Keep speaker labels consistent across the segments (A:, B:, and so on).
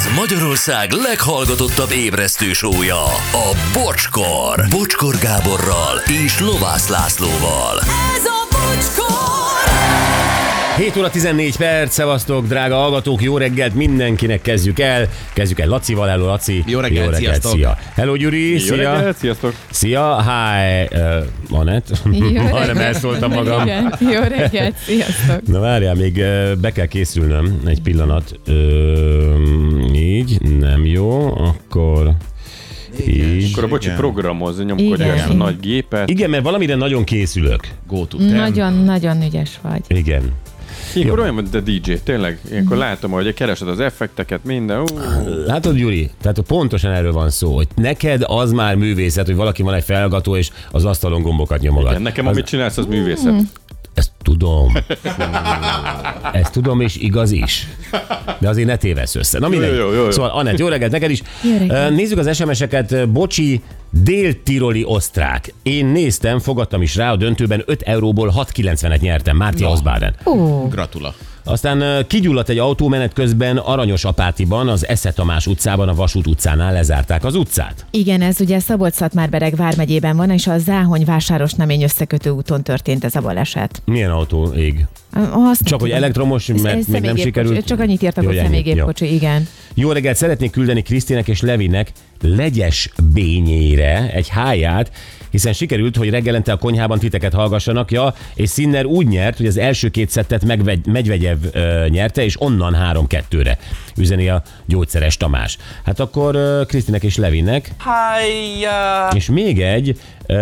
A: Ez Magyarország leghallgatottabb ébresztő show-ja, a Bocskor. Bocskor Gáborral és Lovász Lászlóval.
B: Ez a Bocskor!
C: 7 óra 14 perc, szevasztok, drága hallgatók, jó reggelt mindenkinek, kezdjük el Lacival, hello Laci.
D: Jó reggelt, sziasztok.
C: Szia. Hello Gyuri,
E: Jó
C: szia.
E: reggelt, sziasztok.
C: Szia, hi, Anett. Majdnem elszóltam magam.
F: Igen. Jó reggelt, sziasztok.
C: Na várjál, még be kell készülnöm, egy pillanat. Így, nem jó, akkor... Így.
E: Akkor a bocsi programoz, nyomkodja
F: Igen.
E: ezt a nagy gépet.
C: Igen, mert valamire nagyon készülök.
D: Go to ten.
F: Nagyon ügyes vagy.
C: Igen.
E: Ilyenkor olyan, mint a DJ, tényleg. Ilyenkor látom, hogy keresed az effekteket, minden.
C: Látod, Gyuri, tehát pontosan erről van szó, hogy neked az már művészet, hogy valaki van egy felhallgató, és az asztalon gombokat nyomogat.
E: Igen, nekem amit csinálsz, az művészet.
C: Ezt tudom. Ezt tudom, és igaz is. De azért ne tévessz össze. Na mindegy.
E: Jó.
C: Szóval, Anett, jó reggelt neked is.
F: Jó reggelt.
C: Nézzük az SMS-eket. Bocsi, dél-tiroli osztrák. Én néztem, fogadtam is rá, a döntőben 5 euróból 6,90-et nyertem. Márti Ausbaden.
D: Gratula.
C: Aztán kigyulladt egy autó menet közben Aranyos-Apátiban, az Esze Tamás utcában, a Vasút utcánál lezárták az utcát.
F: Igen, ez ugye Szabolcs-Szatmár-Bereg vármegyében van, és a Záhony-Vásárosnamény összekötő úton történt ez a baleset.
C: Milyen autó ég? Csak hogy elektromos, mert még nem sikerült.
F: Csak annyit írtak, hogy
C: ennyi.
F: személygépkocsi, igen.
C: Jó reggelt, szeretnék küldeni Krisztinek és Levinek Legyes bényére egy háját, hiszen sikerült, hogy reggelente a konyhában titeket hallgassanak, és Sinner úgy nyert, hogy az első 2 szettet Medvegyev nyerte, és onnan 3-2-re üzeni a gyógyszeres Tamás. Hát akkor Krisztinek és Levinek. És még egy,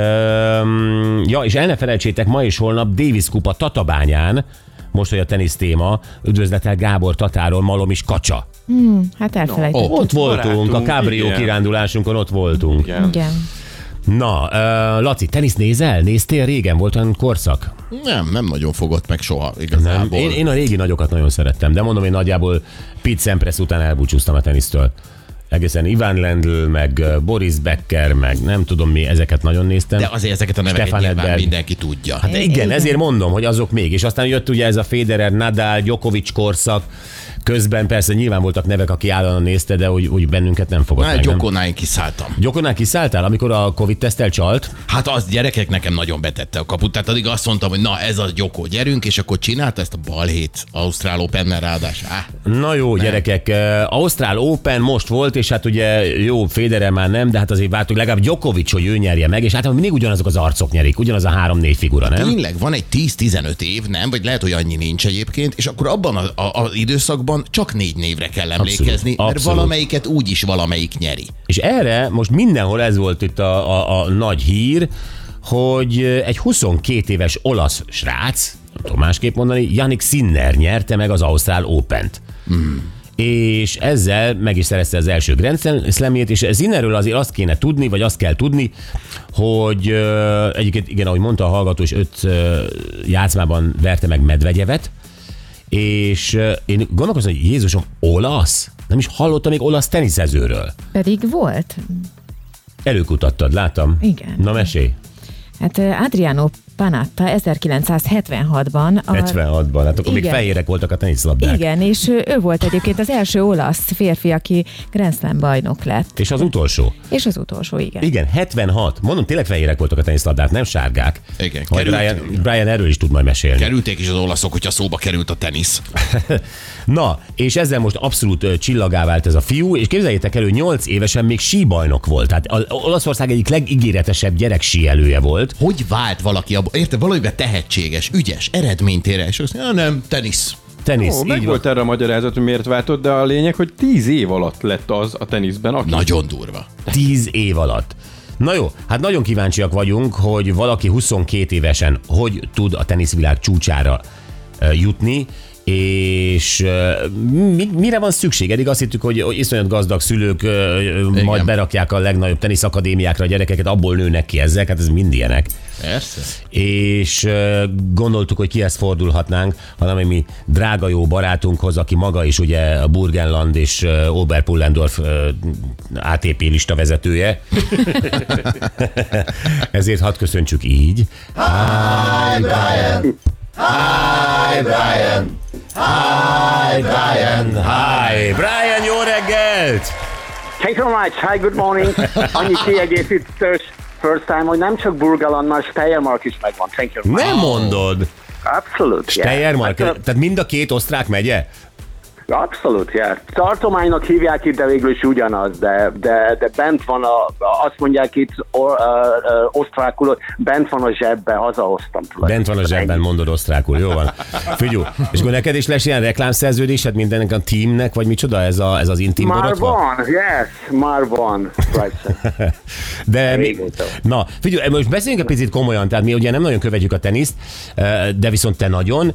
C: és el ne felejtsétek, ma és holnap Davis kupa Tatabányán, most, hogy a tenisz téma, üdvözletel Gábor Tatáról, Malom is Kacsa.
F: Hát elfelejtettem.
C: Ott voltunk,
E: barátunk,
C: a kábrió
E: igen.
C: kirándulásunkon ott voltunk.
F: Igen.
C: Na, Laci, tenisz nézel? Néztél? Régen volt olyan korszak?
D: Nem nagyon fogott meg soha
C: Nem.
D: igazából.
C: Én a régi nagyokat nagyon szerettem, de mondom, én nagyjából Pete Sampras után elbúcsúztam a tenisztől. Egészen Ivan Lendl, meg Boris Becker, meg nem tudom mi, ezeket nagyon néztem.
D: De azért ezeket a neveket
C: Stefan
D: nyilván
C: Edberg.
D: mindenki tudja.
C: Hát igen, ezért mondom, hogy azok még. És aztán jött ugye ez a Federer, Nadal, Djokovic korszak. Közben persze nyilván voltak nevek, aki állandóan nézte, de úgy bennünket nem fogott meg.
D: Gyokonál én kiszálltam.
C: Gyokonál kiszálltál, amikor a Covid-teszttel csalt?
D: Hát az gyerekek nekem nagyon betette a kaput. Tehát addig azt mondtam, hogy na ez az Gyokó, gyerünk, és akkor csinálta ezt a balhét Ausztrál Open-nel ráadás.
C: Na jó, gyerekek, Ausztrál Open most volt, és hát ugye jó, Federer már nem, de hát azért vártuk legalább Djokovic, hogy ő nyerje meg, és hát mindig ugyanazok az arcok nyerik, ugyanaz a 3-4 figura, nem?
D: Tényleg van egy 10-15 év, nem? Vagy lehet, hogy annyi nincs egyébként, és akkor abban az időszakban csak 4 névre kell emlékezni, mert
C: abszolút.
D: valamelyiket úgyis valamelyik nyeri.
C: És erre most mindenhol ez volt itt a nagy hír, hogy egy 22 éves olasz srác, nem tudom másképp mondani, Jannik Sinner nyerte meg az Ausztrál Opent. És ezzel meg is szerezte az első Grand Slamjét, és Sinnerről azért azt kéne tudni, vagy azt kell tudni, hogy egyébként igen, ahogy mondta a hallgató, és 5 játszmában verte meg Medvegyevet, és én gondolkozom, hogy Jézusom, olasz? Nem is hallottam még olasz teniszezőről.
F: Pedig volt.
C: Előkutattad, láttam.
F: Igen.
C: Na mesélj.
F: Hát Adriano Panatta 1976-ban.
C: 76-ban, hát akkor még
F: Igen.
C: fehérek voltak a teniszlabdák.
F: Igen, és ő volt egyébként az első olasz férfi, aki Grand Slam bajnok lett.
C: És az utolsó.
F: És az utolsó, igen.
C: Igen, 76. Mondom, tényleg fehérek voltak a teniszlabdák, nem sárgák.
D: Igen,
C: Majd Brian erről is tud majd mesélni.
D: Kerülték is az olaszok, hogyha szóba került a tenisz.
C: Na, és ezzel most abszolút csillagá vált ez a fiú, és képzeljétek el, hogy 8 évesen még síbajnok volt. Tehát Olaszország egyik legígéretesebb gyerek síelője volt.
D: Hogy vált valaki abba? Érted, valamiben tehetséges, ügyes, eredményt ér el, és azt mondja, nem, tenisz.
C: Tenisz, így
E: Meg
C: van.
E: volt erre a magyarázat, hogy miért váltott, de a lényeg, hogy 10 év alatt lett az a teniszben, aki...
D: Nagyon durva.
C: 10 év alatt. Na jó, hát nagyon kíváncsiak vagyunk, hogy valaki 22 évesen hogy tud a teniszvilág csúcsára jutni, és mire van szükség? Eddig azt hittük, hogy iszonyat gazdag szülők majd berakják a legnagyobb teniszakadémiákra a gyerekeket, abból nőnek ki ezek, hát ez mind ilyenek.
D: Persze.
C: És gondoltuk, hogy kihez fordulhatnánk, hanem mi drága jó barátunkhoz, aki maga is ugye a Burgenland és Oberpullendorf ATP lista vezetője. Ezért hadd köszöntsük így. Hi, Brian! Hi, Brian! Hi, Brian! Hi, Brian, jó reggelt! reggelt!
G: Thank you very much. Hi, good morning. Annyi kiegészítős first time, hogy nem csak Burgalannal, Steiermark is megvan. Thank you.
C: Nem mondod!
G: Abszolút.
C: Steiermark, tehát mind a két osztrák megye?
G: Abszolút, yeah. Tartománynak hívják itt, de végül is ugyanaz, de bent van azt mondják itt osztrákul, hogy bent van a zsebben, hazahoztam tulajdonképpen.
C: Bent van a zsebben, mondod osztrákul, jó van. Figyelj, és akkor neked is lesz ilyen reklámszerződésed mindennek a teamnek, vagy micsoda ez az intim borotva?
G: Már van, yes, már van. Right.
C: De na, figyelj, most beszéljünk egy picit komolyan, tehát mi ugye nem nagyon követjük a teniszt, de viszont te nagyon,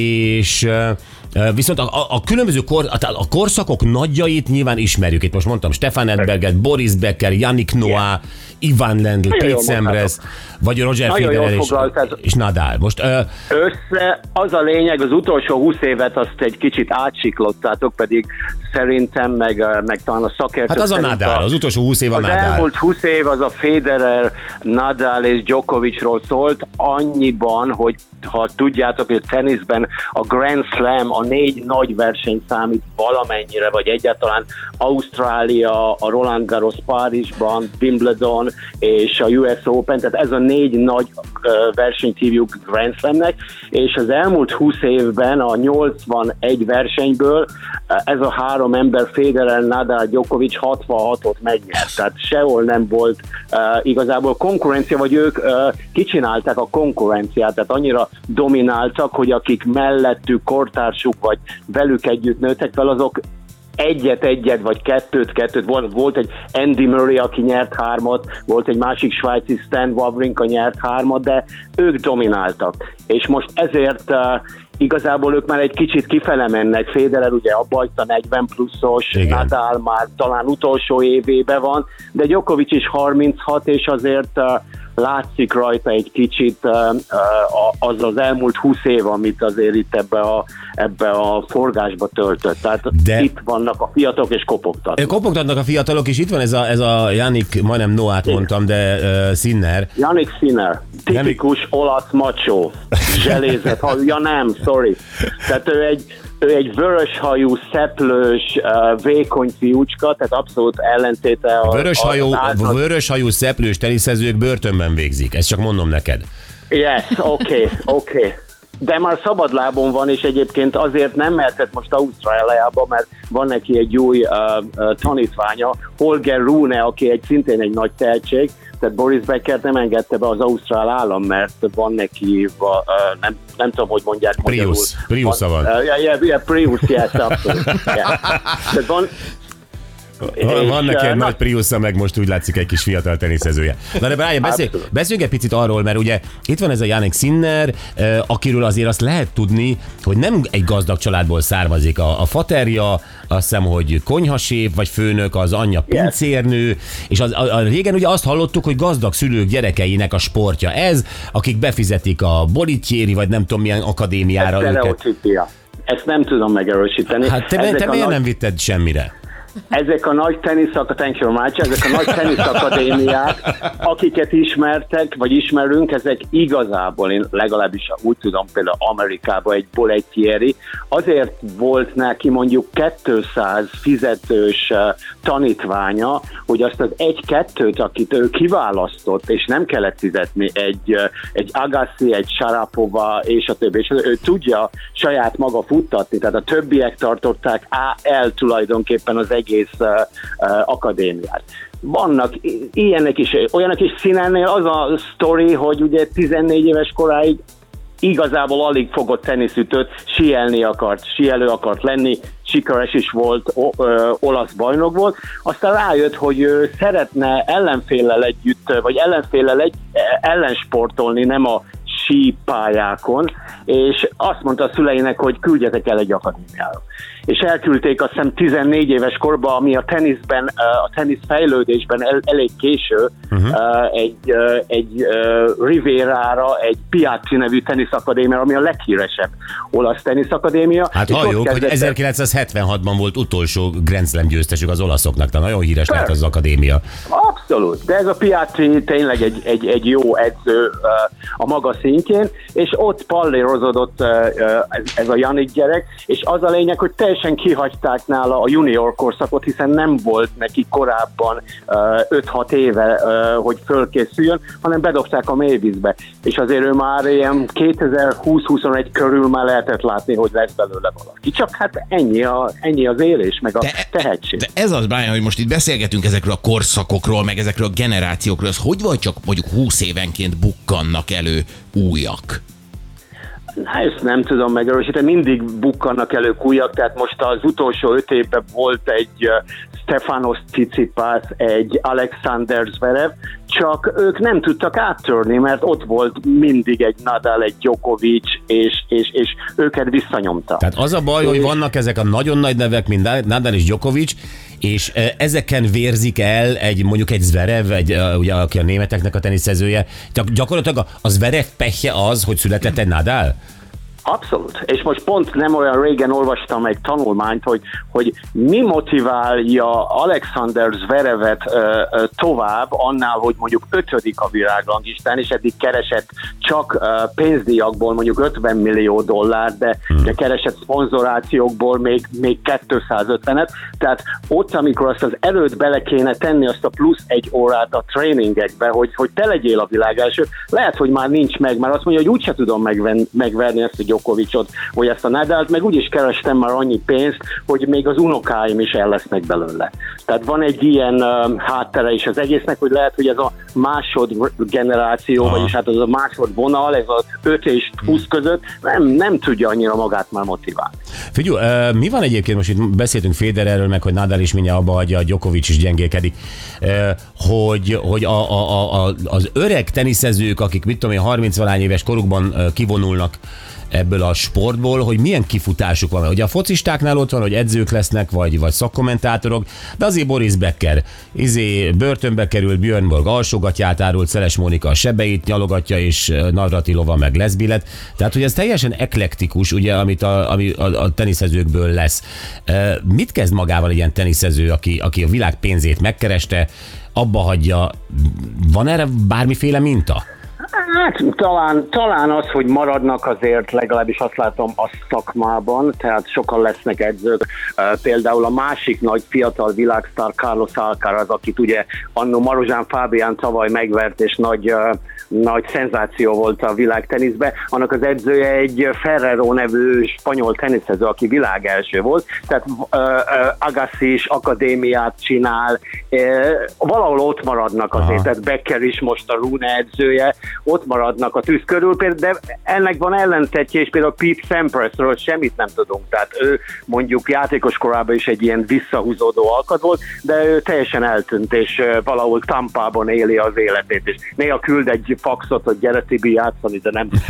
C: és viszont a különböző a korszakok nagyjait nyilván ismerjük. Itt most mondtam Stefan Edberget, Boris Becker, Yannick Noah, Ivan Lendl, Pete Sampras, vagy Roger Federer és Nadal. Most,
G: össze az a lényeg, az utolsó 20 évet azt egy kicsit átsiklottátok, pedig szerintem, meg talán a szakértők.
C: Hát az a Nadal, az utolsó 20 év a Nadal.
G: Az elmúlt 20 év az a Federer, Nadal és Djokovicról szólt annyiban, hogy ha tudjátok, hogy a teniszben a Grand Slam, a 4 nagy verseny számít valamennyire, vagy egyáltalán Ausztrália, a Roland Garros Párizsban, Wimbledon és a US Open, tehát ez a 4 nagy versenyt hívjuk Grand Slamnek, és az elmúlt 20 évben a 81 versenyből ez a 3 ember, Federer, Nadal, Djokovic 66-ot megnyert, tehát sehol nem volt igazából konkurencia, vagy ők kicsinálták a konkurenciát, tehát annyira domináltak, hogy akik mellettük kortársuk, vagy velük együtt nőttek fel, azok egyet, vagy kettőt. Volt egy Andy Murray, aki nyert 3-at, volt egy másik svájci Stan Wawrinka nyert 3-at, de ők domináltak. És most ezért igazából ők már egy kicsit kifele mennek. Federer ugye abba hagyta 40 pluszos, igen. Nadal már talán utolsó évében van, de Djokovic is 36, és azért látszik rajta egy kicsit az elmúlt 20 év, amit azért itt ebbe a forgásba töltött. Tehát itt vannak a fiatalok és kopogtatnak.
C: Kopogtatnak a fiatalok, és itt van ez a Yannick, majdnem Noát mondtam, de Sinner.
G: Yannick Sinner, tipikus olasz macsó, zselézet, nem, sorry. Tehát ő egy vöröshajú, szeplős, vékony fiúcska, tehát abszolút ellentéte a
C: vöröshajú, szeplős teniszezők börtönben végzik. Ezt csak mondom neked.
G: Yes, oké. De már szabadlábon van, és egyébként azért nem mehetett most Ausztráliába, mert van neki egy új tanítványa, Holger Rune, aki szintén egy nagy tehetség, tehát Boris Beckert nem engedte be az ausztrál állam, mert van neki, nem tudom, hogy mondják magyarul.
C: Priusa van.
G: Prius, yes, abszolút. Yeah. Tehát
C: van neki egy nagy Priusa, meg most úgy látszik egy kis fiatal teniszezője. Na de Brian, beszéljünk egy picit arról, mert ugye itt van ez a Yannick Sinner, akiről azért azt lehet tudni, hogy nem egy gazdag családból származik. A faterja, azt hiszem, hogy konyhaséf vagy főnök, az anyja pincérnő, és régen ugye azt hallottuk, hogy gazdag szülők gyerekeinek a sportja ez, akik befizetik a Bolitieri, vagy nem tudom milyen akadémiára őket.
G: Ezt nem tudom megerősíteni.
C: Hát te miért nem vitted semmire?
G: Ezek a nagy teniszakadémiák, akiket ismertek, vagy ismerünk, ezek igazából, én legalábbis úgy tudom, például Amerikában egy Boletieri, azért volt neki mondjuk 200 fizetős tanítványa, hogy azt az 1-2-t, akit ő kiválasztott, és nem kellett fizetni, egy Agassi, egy Sharapova, és a többi, és ő tudja saját maga futtatni, tehát a többiek tartották el tulajdonképpen az egész akadémiát. Vannak ilyenek is, olyanak is. Sinnernél az a sztori, hogy ugye 14 éves koráig igazából alig fogott teniszütőt, síelő akart lenni, sikeres is volt, olasz bajnok volt, aztán rájött, hogy ő szeretne ellenféllel együtt, vagy ellensportolni, nem a sípályákon, és azt mondta a szüleinek, hogy küldjetek el egy akadémiára. És elküldték azt hiszem 14 éves korban, ami a teniszben, a tenisz fejlődésben elég késő, egy Rivérára, egy Piazzi nevű teniszakadémiára, ami a leghíresebb olasz teniszakadémia.
C: Hát halljuk, hogy 1976-ban volt utolsó Grand Slam győztesük az olaszoknak, tehát nagyon híres lett az akadémia.
G: Abszolút, de ez a Piatti tényleg egy jó edző a maga szintjén, és ott pallérozódott ez a Jannik gyerek, és az a lényeg, hogy teljesen kihagyták nála a junior korszakot, hiszen nem volt neki korábban 5-6 éve, hogy fölkészüljön, hanem bedobták a mélyvízbe. És azért ő már ilyen 2020-21 körül már lehetett látni, hogy lesz belőle valaki. Csak hát ennyi az élés, meg a tehetség.
D: De ez az, Brian, hogy most itt beszélgetünk ezekről a korszakokról, meg ezekről a generációkról, ez hogy vagy csak mondjuk 20 évenként bukkannak elő újak?
G: Na, ezt nem tudom megerősíteni, mindig bukkannak elő újak, tehát most az utolsó 5 évben volt egy Stefanos Tsitsipas, egy Alexander Zverev, csak ők nem tudtak áttörni, mert ott volt mindig egy Nadal, egy Djokovic, és őket visszanyomta.
C: Tehát az a baj, hogy vannak ezek a nagyon nagy nevek, mint Nadal és Djokovic, és ezeken vérzik el mondjuk egy Zverev, ugye, aki a németeknek a teniszezője. Tehát gyakorlatilag a Zverev pehje az, hogy született egy Nadal?
G: Abszolút. És most pont nem olyan régen olvastam egy tanulmányt, hogy mi motiválja Alexander Zverevet tovább annál, hogy mondjuk 5. a világranglistán, és eddig keresett csak pénzdíjakból mondjuk $50 millió, de keresett szponzorációkból még 250-et. Tehát ott, amikor azt az erőt bele kéne tenni, azt a plusz 1 órát a tréningekbe, hogy te legyél a világ első, lehet, hogy már nincs meg, mert azt mondja, hogy úgyse tudom megverni ezt a Djokovicot, vagy ezt a Nadalt, meg úgyis kerestem már annyi pénzt, hogy még az unokáim is el lesznek belőle. Tehát van egy ilyen háttere is az egésznek, hogy lehet, hogy ez a másodgeneráció, vagyis hát az a másodvonal, ez az 5 és 20 között nem tudja annyira magát már motiválni.
C: Figyelj, mi van egyébként, most itt beszéltünk Federerről, meg hogy Nadal is mindjárt abba hagyja, a Djokovic is gyengélkedik, hogy az öreg teniszezők, akik mit tudom én 30-valány éves korukban kivonulnak ebből a sportból, hogy milyen kifutásuk van. Ugye a focistáknál ott van, hogy edzők lesznek, vagy szakkommentátorok, de azért Boris Becker börtönbe került, Björn Borg alsógatját árult, Szeles Mónika a sebeit nyalogatja, és Navratilova meg leszbilet. Tehát, hogy ez teljesen eklektikus, ugye, ami a teniszezőkből lesz. Mit kezd magával egy ilyen teniszező, aki a világ pénzét megkereste, abba hagyja? Van erre bármiféle minta?
G: Hát talán az, hogy maradnak azért, legalábbis azt látom a szakmában, tehát sokan lesznek edzők. Például a másik nagy fiatal világsztár Carlos Alcaraz, akit ugye annó Marozsán Fábián tavaly megvert, és nagy szenzáció volt a világteniszben. Annak az edzője egy Ferrero nevű spanyol teniszező, aki világ első volt, tehát Agassi is akadémiát csinál, valahol ott maradnak azért, tehát Becker is most a Rune edzője, ott maradnak a tűz körül, de ennek van ellentetje, és például Pete Samprasről semmit nem tudunk, tehát ő mondjuk játékos korában is egy ilyen visszahúzódó alkat volt, de ő teljesen eltűnt, és valahol Tampában éli az életét, és néha küld egy faxot, hogy gyere Tibi játszani, de nem.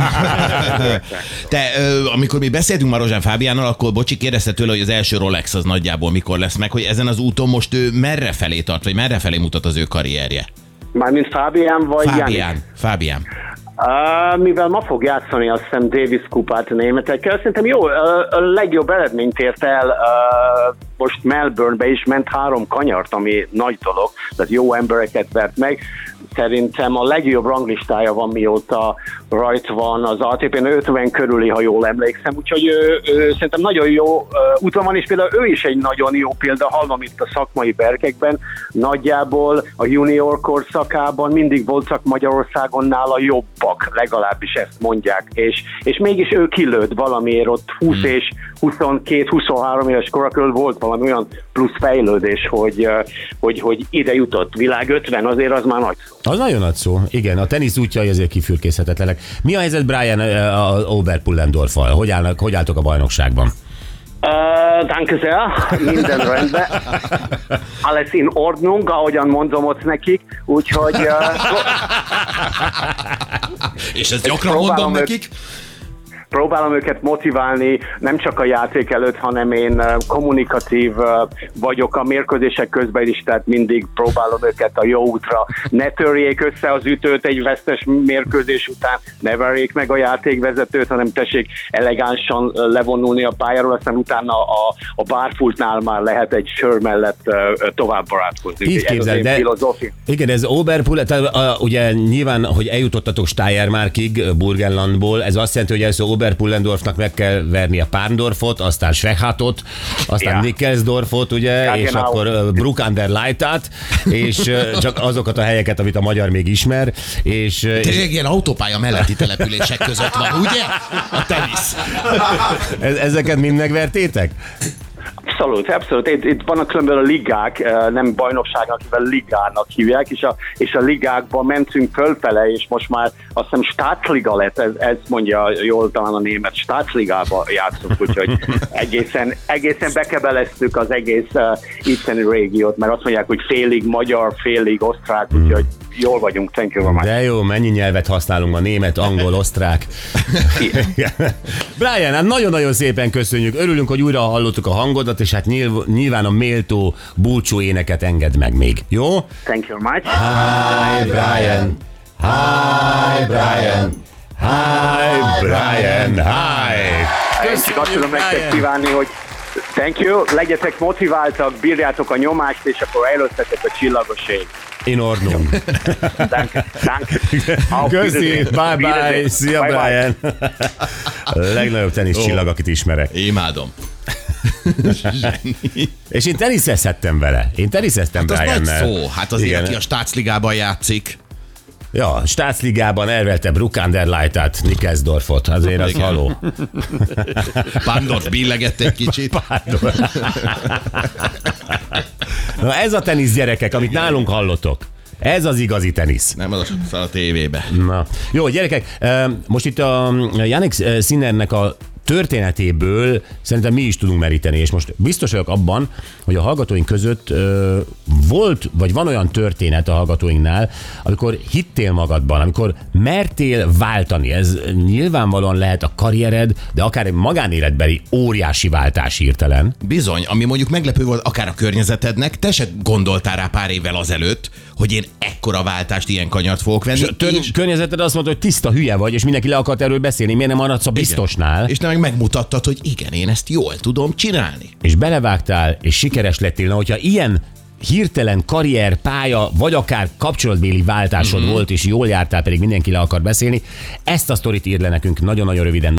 D: Te, amikor mi beszéltünk Marozsán Fábiánnal, akkor Bocsi kérdezte tőle, hogy az első Rolex az nagyjából mikor lesz meg, hogy ezen az úton most ő merre felé tart, vagy merre felé mutat az ő karrierje?
G: Mármint Fábián vagy Jannik?
D: Fábián.
G: Mivel ma fog játszani, azt hiszem Davis kupát németekkel, szerintem jó, a legjobb eredményt ért el, most Melbournebe is ment 3 kanyart, ami nagy dolog, tehát jó embereket vert meg. Szerintem a legjobb ranglistája van, mióta rajt van az ATP-n, 50 körüli, ha jól emlékszem, úgyhogy ő szerintem nagyon jó úton van, és például ő is egy nagyon jó példa, hallom itt a szakmai berkekben, nagyjából a junior korszakában mindig voltak Magyarországon nála jobbak, legalábbis ezt mondják, és mégis ő kilőtt valamiért ott 20 és 22-23 éves kora körül volt valami olyan plusz fejlődés, hogy ide jutott. Világ 50, azért az már nagy szó.
C: Az nagyon nagy szó, igen. A tenisz útjai azért kifürkészhetetlenek. Mi a helyzet Brian Oberpullendorffal? Hogy álltok a bajnokságban?
G: Danke sehr, minden rendben. Alles in Ordnung, ahogyan mondom ott nekik, úgyhogy...
D: És ezt gyakran mondom nekik?
G: próbálom őket motiválni, nem csak a játék előtt, hanem én kommunikatív vagyok a mérkőzések közben is, tehát mindig próbálom őket a jó útra. Ne törjék össze az ütőt egy vesztes mérkőzés után, ne verjék meg a játékvezetőt, hanem tessék elegánsan levonulni a pályáról, aztán utána a bárpultnál már lehet egy sör mellett tovább barátkozni.
C: Így képzeld, de igen, ez Oberpult, ugye nyilván, hogy eljutottatok Steiermarkig, Burgenlandból, ez azt jelenti, hogy először Oberpullendorfnak meg kell verni a Parndorfot, aztán Schwechatot, aztán Nickelsdorfot, ugye,
G: Ja,
C: és
G: genau.
C: akkor Bruck an der Leitát, és csak azokat a helyeket, amit a magyar még ismer, és
D: Tényleg ilyen autópálya melletti települések között van, ugye? A tenisz.
C: ezeket mind megvertétek?
G: Abszolút. Itt vannak különböző ligák, nem bajnokságnak, akivel ligának hívják, és a ligákban mentünk fölfele, és most már azt hiszem Staatsliga lett, ez mondja jól talán a német, Staatsligába játszunk, úgyhogy egészen bekebeleztük az egész itteni régiót, mert azt mondják, hogy félig magyar, félig osztrák, úgyhogy jól vagyunk, thank you very much.
C: De jó, mennyi nyelvet használunk ma? Német, angol, osztrák. Brian, hát nagyon-nagyon szépen köszönjük. Örülünk, hogy újra hallottuk a hangodat, és hát nyilván a méltó búcsú éneket engedd meg még. Jó?
G: Thank you very much.
C: Hi, Brian. Hi, Brian. Hi, Brian. Hi.
G: Azt tudom nektek kívánni, hogy thank you, legyetek motiváltak, bírjátok a nyomást, és akkor előttetek a csillagos ég.
C: In Ordnung.
G: Danke. Auf
C: Köszi,
G: Wiedersehen.
C: bye-bye. Szia,
G: Bye-bye.
C: Brian. A legnagyobb teniszcsillag, akit ismerek.
D: Imádom.
C: És én teniszezhettem vele. Én teniszeztem
D: Hát az nagy
C: Briannel.
D: szó. Hát azért, aki a Staatsligában játszik.
C: Ja, Staatsligában elverte Bruck an der Leitát, Nickelsdorfot. Azért az
D: Igen.
C: haló.
D: Pandorf billegett egy kicsit.
C: Na ez a tenisz, gyerekek, amit nálunk hallottok. Ez az igazi tenisz.
D: Nem az a tévébe.
C: Na. Jó, gyerekek, most itt a Jannik Sinnernek a történetéből szerintem mi is tudunk meríteni, és most biztos vagyok abban, hogy a hallgatóink között volt, vagy van olyan történet a hallgatóinknál, amikor hittél magadban, amikor mertél váltani. Ez nyilvánvalóan lehet a karriered, de akár egy magánéletbeli óriási váltás hirtelen.
D: Bizony, ami mondjuk meglepő volt akár a környezetednek, te se gondoltál rá pár évvel azelőtt, hogy én ekkora váltást, ilyen kanyart fogok venni.
C: Környezeted azt mondta, hogy tiszta hülye vagy, és mindenki le akart erről beszélni. Miért nem maradsz a biztosnál?
D: És te meg megmutattad, hogy igen, én ezt jól tudom csinálni.
C: És belevágtál, és sikeres lettél. Na, hogyha ilyen hirtelen karrier, pálya, vagy akár kapcsolatbéli váltásod volt, és jól jártál, pedig mindenki le akar beszélni, ezt a sztorit írd le nekünk nagyon-nagyon röviden